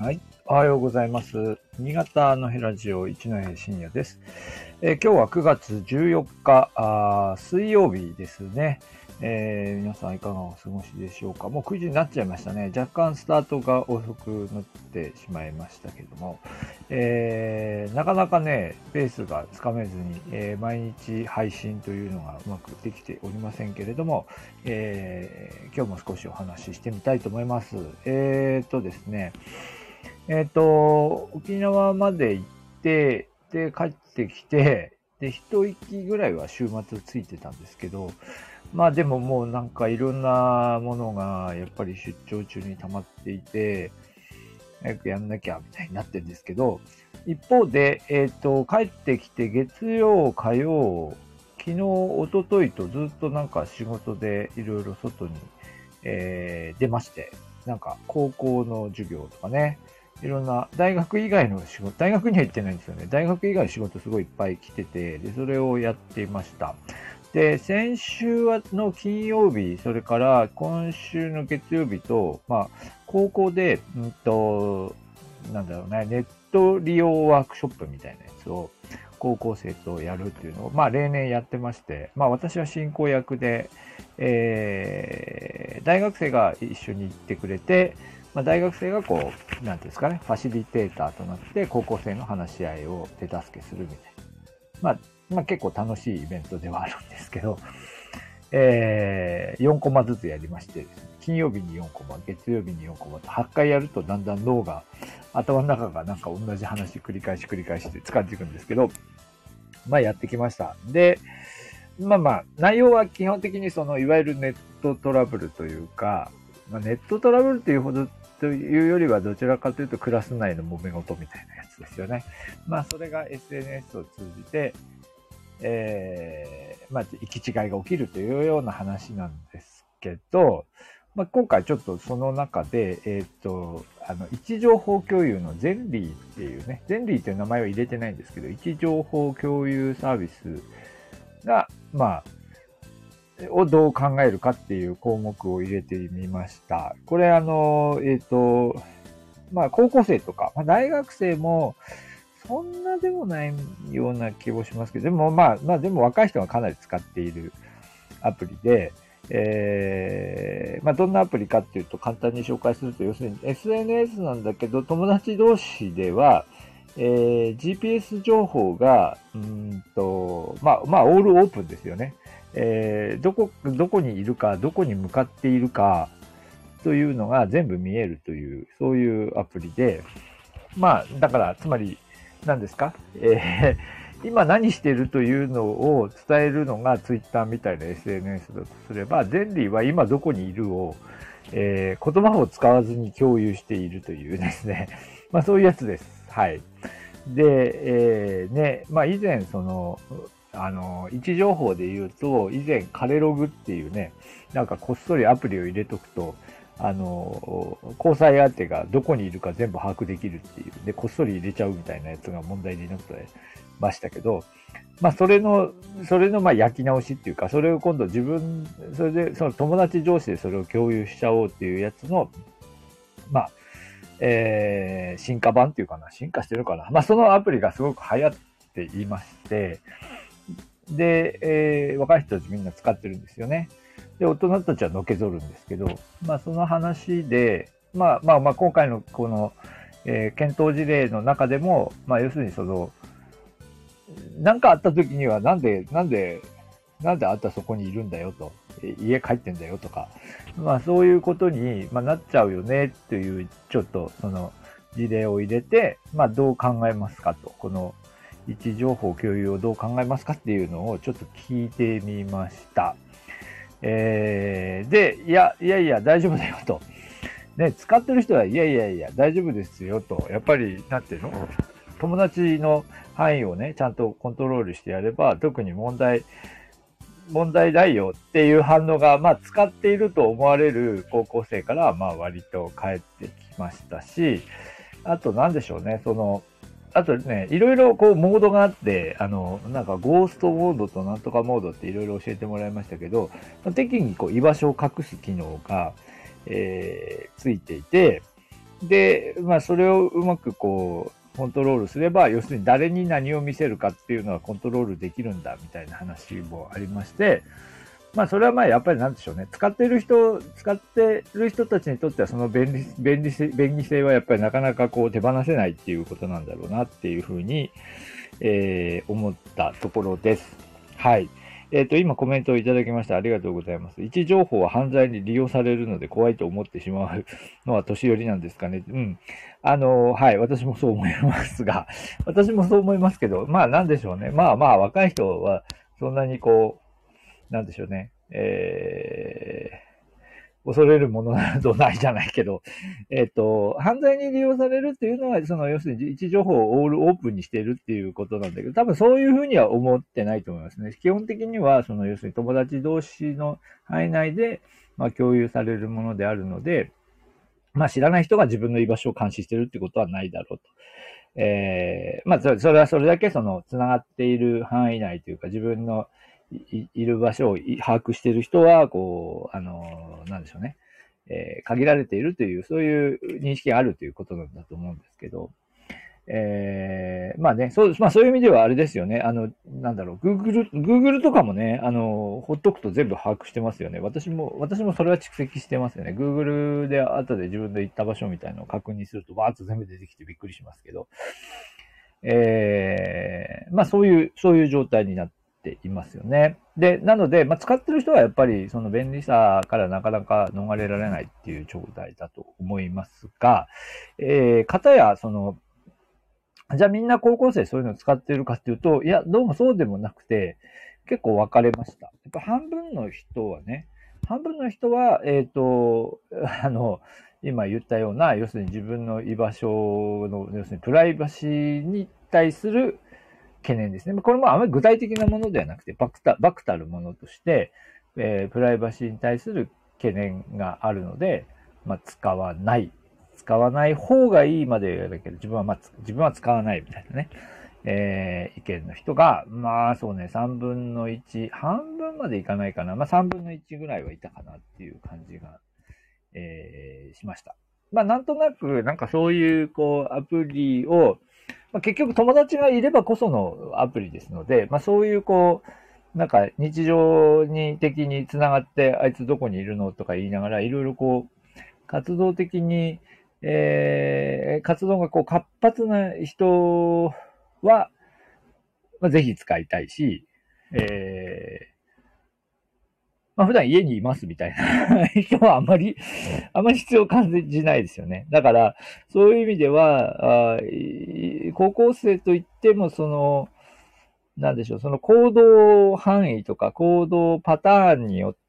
はい。おはようございます。新潟のヘラジオ一戸深夜です。今日は9月14日、水曜日ですね。皆さんいかがお過ごしでしょうか。もう9時になっちゃいましたね。若干スタートが遅くなってしまいましたけども、なかなかね、ペースがつかめずに、毎日配信というのがうまくできておりませんけれども、今日も少しお話ししてみたいと思います。ですね、沖縄まで行って、で、帰ってきて、で、一息ぐらいは週末ついてたんですけど、まあでももうなんかいろんなものがやっぱり出張中に溜まっていて、早くやんなきゃみたいになってるんですけど、一方で、帰ってきて月曜、火曜、昨日、一昨日とずっとなんか仕事でいろいろ外に、出まして、なんか高校の授業とかね、いろんな大学以外の仕事、大学には行ってないんですよね。大学以外の仕事すごいいっぱい来てて、で、それをやっていました。で、先週の金曜日、それから今週の月曜日と、まあ、高校で、なんだろうね、ネット利用ワークショップみたいなやつを高校生とやるっていうのを、まあ、例年やってまして、まあ、私は進行役で、大学生が一緒に行ってくれて、まあ、大学生がこう、なんていうんですかね、ファシリテーターとなって、高校生の話し合いを手助けするみたいな。まあ結構楽しいイベントではあるんですけど、4コマずつやりまして、金曜日に4コマ、月曜日に4コマと8回やるとだんだん脳が、頭の中がなんか同じ話繰り返しして疲れていくんですけど、まあやってきました。で、内容は基本的にその、いわゆるネットトラブルというか、まあ、ネットトラブルというほどというよりはどちらかというとクラス内の揉め事みたいなやつですよね。まあそれが SNS を通じて、行き違いが起きるというような話なんですけど、まあ、今回ちょっとその中で、位置情報共有のゼンリーっていうね、ゼンリーという名前は入れてないんですけど、位置情報共有サービスが、をどう考えるかっていう項目を入れてみました。これ高校生とか、大学生も、そんなでもないような気もしますけど、でもでも若い人がかなり使っているアプリで、どんなアプリかっていうと簡単に紹介すると、要するに SNS なんだけど、友達同士では、GPS 情報が、オールオープンですよね。どこにいるか、どこに向かっているか、というのが全部見えるという、そういうアプリで、だから、つまり、何ですか、今何してるというのを伝えるのがツイッターみたいな SNS だとすれば、ゼンリーは今どこにいるを、言葉を使わずに共有しているというですね、そういうやつです。はい。で、以前位置情報で言うと、以前カレログっていうね、なんかこっそりアプリを入れとくと、交際相手がどこにいるか全部把握できるっていう、で、こっそり入れちゃうみたいなやつが問題になってましたけど、それの焼き直しっていうか、それを今度それでその友達同士でそれを共有しちゃおうっていうやつの、進化版っていうかな、進化してるかな。そのアプリがすごく流行っていまして、で、若い人たちみんな使ってるんですよね。で、大人たちはのけぞるんですけど、その話で、今回のこの、検討事例の中でも、要するに何かあった時にはなんであんたそこにいるんだよと、家帰ってんだよとか、そういうことに、なっちゃうよねっていう、ちょっとその事例を入れて、どう考えますかと、この位置情報共有をどう考えますかっていうのをちょっと聞いてみました。で、いや、大丈夫だよと。ね、使ってる人は、いや、大丈夫ですよと。やっぱり、なんていうの、友達の範囲をね、ちゃんとコントロールしてやれば、特に問題ないよっていう反応が、使っていると思われる高校生から、割と返ってきましたし、あと何でしょうね、あとね、いろいろこうモードがあって、なんかゴーストモードとなんとかモードっていろいろ教えてもらいましたけど、適宜こう居場所を隠す機能が、ついていて、 で、まあ、それをうまくこう、コントロールすれば、要するに誰に何を見せるかっていうのはコントロールできるんだみたいな話もありまして、まあ、それはまあ、やっぱりなんでしょうね。使ってる人たちにとってはその便利性はやっぱりなかなかこう手放せないっていうことなんだろうなっていうふうに、思ったところです。はい。今コメントをいただきました。ありがとうございます。位置情報は犯罪に利用されるので怖いと思ってしまうのは年寄りなんですかね。うん。はい。私もそう思いますが、私もそう思いますけど、まあなんでしょうね。まあまあ若い人はそんなにこう、なんでしょうね。恐れるものなどないじゃないけど、犯罪に利用されるっていうのは、その、要するに位置情報をオールオープンにしているっていうことなんだけど、多分そういうふうには思ってないと思いますね。基本的には、その、要するに友達同士の範囲内で、まあ、共有されるものであるので、まあ、知らない人が自分の居場所を監視してるってことはないだろうと。まあ、それはそれだけその、つながっている範囲内というか、自分のいる場所を把握している人は、こう、なんでしょうね。限られているという、そういう認識があるということなんだと思うんですけど、まあね、まあそういう意味ではあれですよね。なんだろう、Google とかもね、ほっとくと全部把握してますよね。私もそれは蓄積してますよね。Google で後で自分で行った場所みたいなのを確認すると、バーッと全部出てきてびっくりしますけど、まあそういう状態になっていますよね。で、なので、まあ使ってる人はやっぱりその便利さからなかなか逃れられないっていう状態だと思いますが、かたやその、じゃあみんな高校生そういうのを使っているかっていうと、いや、どうもそうでもなくて、結構分かれました。やっぱ半分の人はね、半分の人は、今言ったような、要するに自分の居場所の、要するにプライバシーに対する懸念ですね。これもあまり具体的なものではなくて、バクたるものとして、プライバシーに対する懸念があるので、まあ、使わない方がいいまでだけど、自分は使わないみたいなね、意見の人が、まあそうね、3分の1、半分までいかないかな。まあ3分の1ぐらいはいたかなっていう感じが、しました。まあなんとなく、なんかそういう、こう、アプリを、まあ、結局友達がいればこそのアプリですので、まあそういうこう、なんか日常に的につながって、あいつどこにいるのとか言いながら、いろいろこう、活動的に、活動がこう活発な人は、まあ、ぜひ使いたいし、まあ、普段家にいますみたいな人はあまり必要を感じないですよね。だから、そういう意味では、高校生といっても、その、なんでしょう、その行動範囲とか行動パターンによって、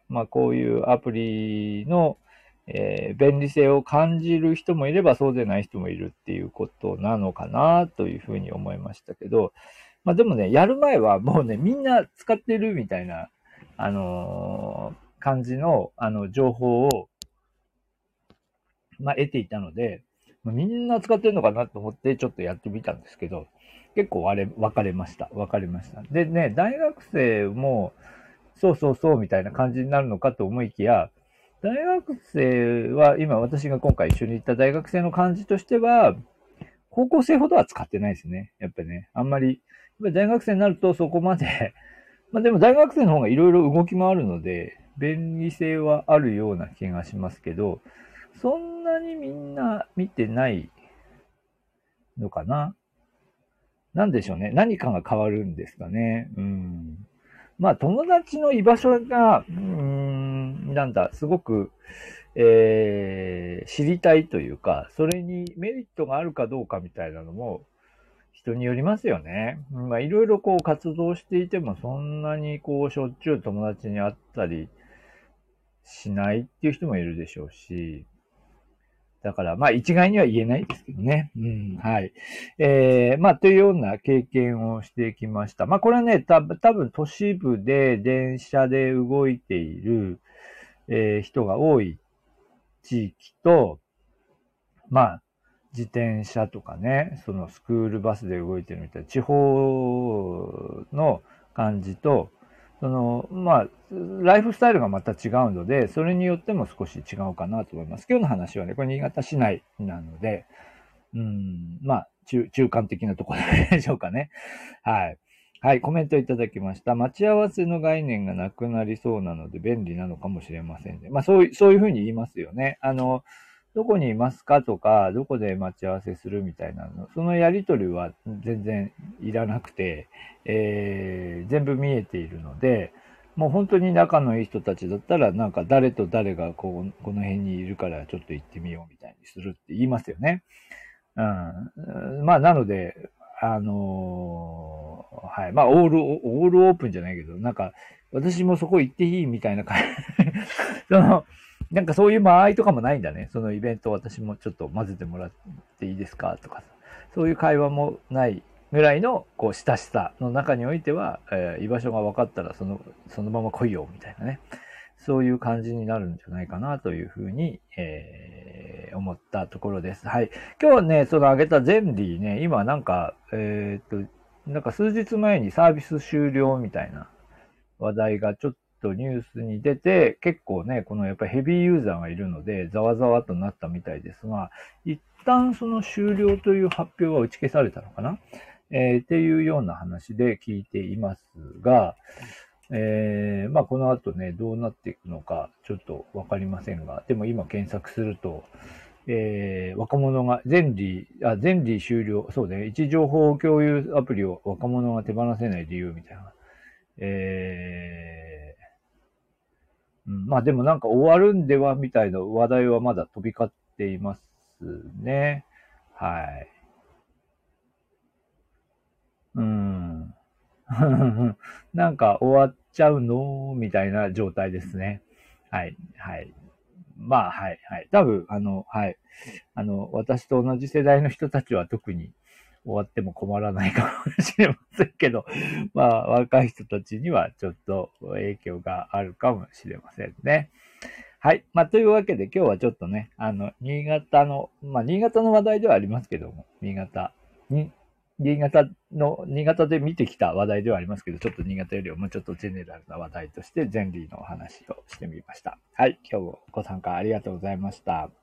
まあこういうアプリの、便利性を感じる人もいればそうでない人もいるっていうことなのかなというふうに思いましたけど、まあでもね、やる前はもうね、みんな使ってるみたいな、感じの、情報を、まあ得ていたので、まあ、みんな使ってるのかなと思ってちょっとやってみたんですけど、結構分かれました。分かれました。でね、大学生も、そうそうそうみたいな感じになるのかと思いきや、大学生は、今私が今回一緒に行った大学生の感じとしては、高校生ほどは使ってないですね。やっぱりね。あんまり、やっぱり大学生になるとそこまでまあでも大学生の方がいろいろ動き回るので、便利性はあるような気がしますけど、そんなにみんな見てないのかな。なんでしょうね。何かが変わるんですかね。うん。まあ、友達の居場所が、なんだ、すごく、知りたいというか、それにメリットがあるかどうかみたいなのも、人によりますよね。まあ、いろいろこう活動していても、そんなにこう、しょっちゅう友達に会ったりしないっていう人もいるでしょうし、だから、まあ、一概には言えないですけどね。うん、はい。まあ、というような経験をしてきました。まあ、これはね、多分都市部で電車で動いている、人が多い地域と、まあ、自転車とかね、そのスクールバスで動いてるみたいな地方の感じと、 まあ、ライフスタイルがまた違うので、それによっても少し違うかなと思います。今日の話はね、これ新潟市内なので、まあ、中間的なところでしょうかね。はい。はい、コメントいただきました。待ち合わせの概念がなくなりそうなので便利なのかもしれませんね。まあ、そういうふうに言いますよね。どこにいますかとか、どこで待ち合わせするみたいなの、そのやりとりは全然いらなくて、全部見えているので、もう本当に仲のいい人たちだったら、なんか誰と誰がこの辺にいるからちょっと行ってみようみたいにするって言いますよね。うん。まあ、なので、はい。まあ、オールオープンじゃないけど、なんか、私もそこ行っていいみたいな感じ。なんかそういう間合いとかもないんだね。そのイベント私もちょっと混ぜてもらっていいですかとか、そういう会話もないぐらいの、こう、親しさの中においては、居場所が分かったらそのまま来いよ、みたいなね。そういう感じになるんじゃないかなというふうに、思ったところです。はい。今日ね、その挙げたゼンリーね、今なんか、なんか数日前にサービス終了みたいな話題がちょっとニュースに出て、結構ね、このやっぱりヘビーユーザーがいるので、ざわざわとなったみたいですが、一旦その終了という発表は打ち消されたのかなっていうような話で聞いていますが、まあこの後ね、どうなっていくのかちょっとわかりませんが、でも今検索すると、若者が、ゼンリー終了、そうね、位置情報共有アプリを若者が手放せない理由みたいな。まあでもなんか終わるんではみたいな話題はまだ飛び交っていますね。はい。うん。なんか終わっちゃうのみたいな状態ですね。はい。はい。まあ、はい。はい。多分、はい。私と同じ世代の人たちは特に終わっても困らないかもしれませんけど、まあ、若い人たちにはちょっと影響があるかもしれませんね。はい。まあ、というわけで今日はちょっとね、新潟の話題ではありますけども、に、新潟で見てきた話題ではありますけど、ちょっと新潟よりももうちょっとジェネラルな話題として、ゼンリーのお話をしてみました。はい。今日もご参加ありがとうございました。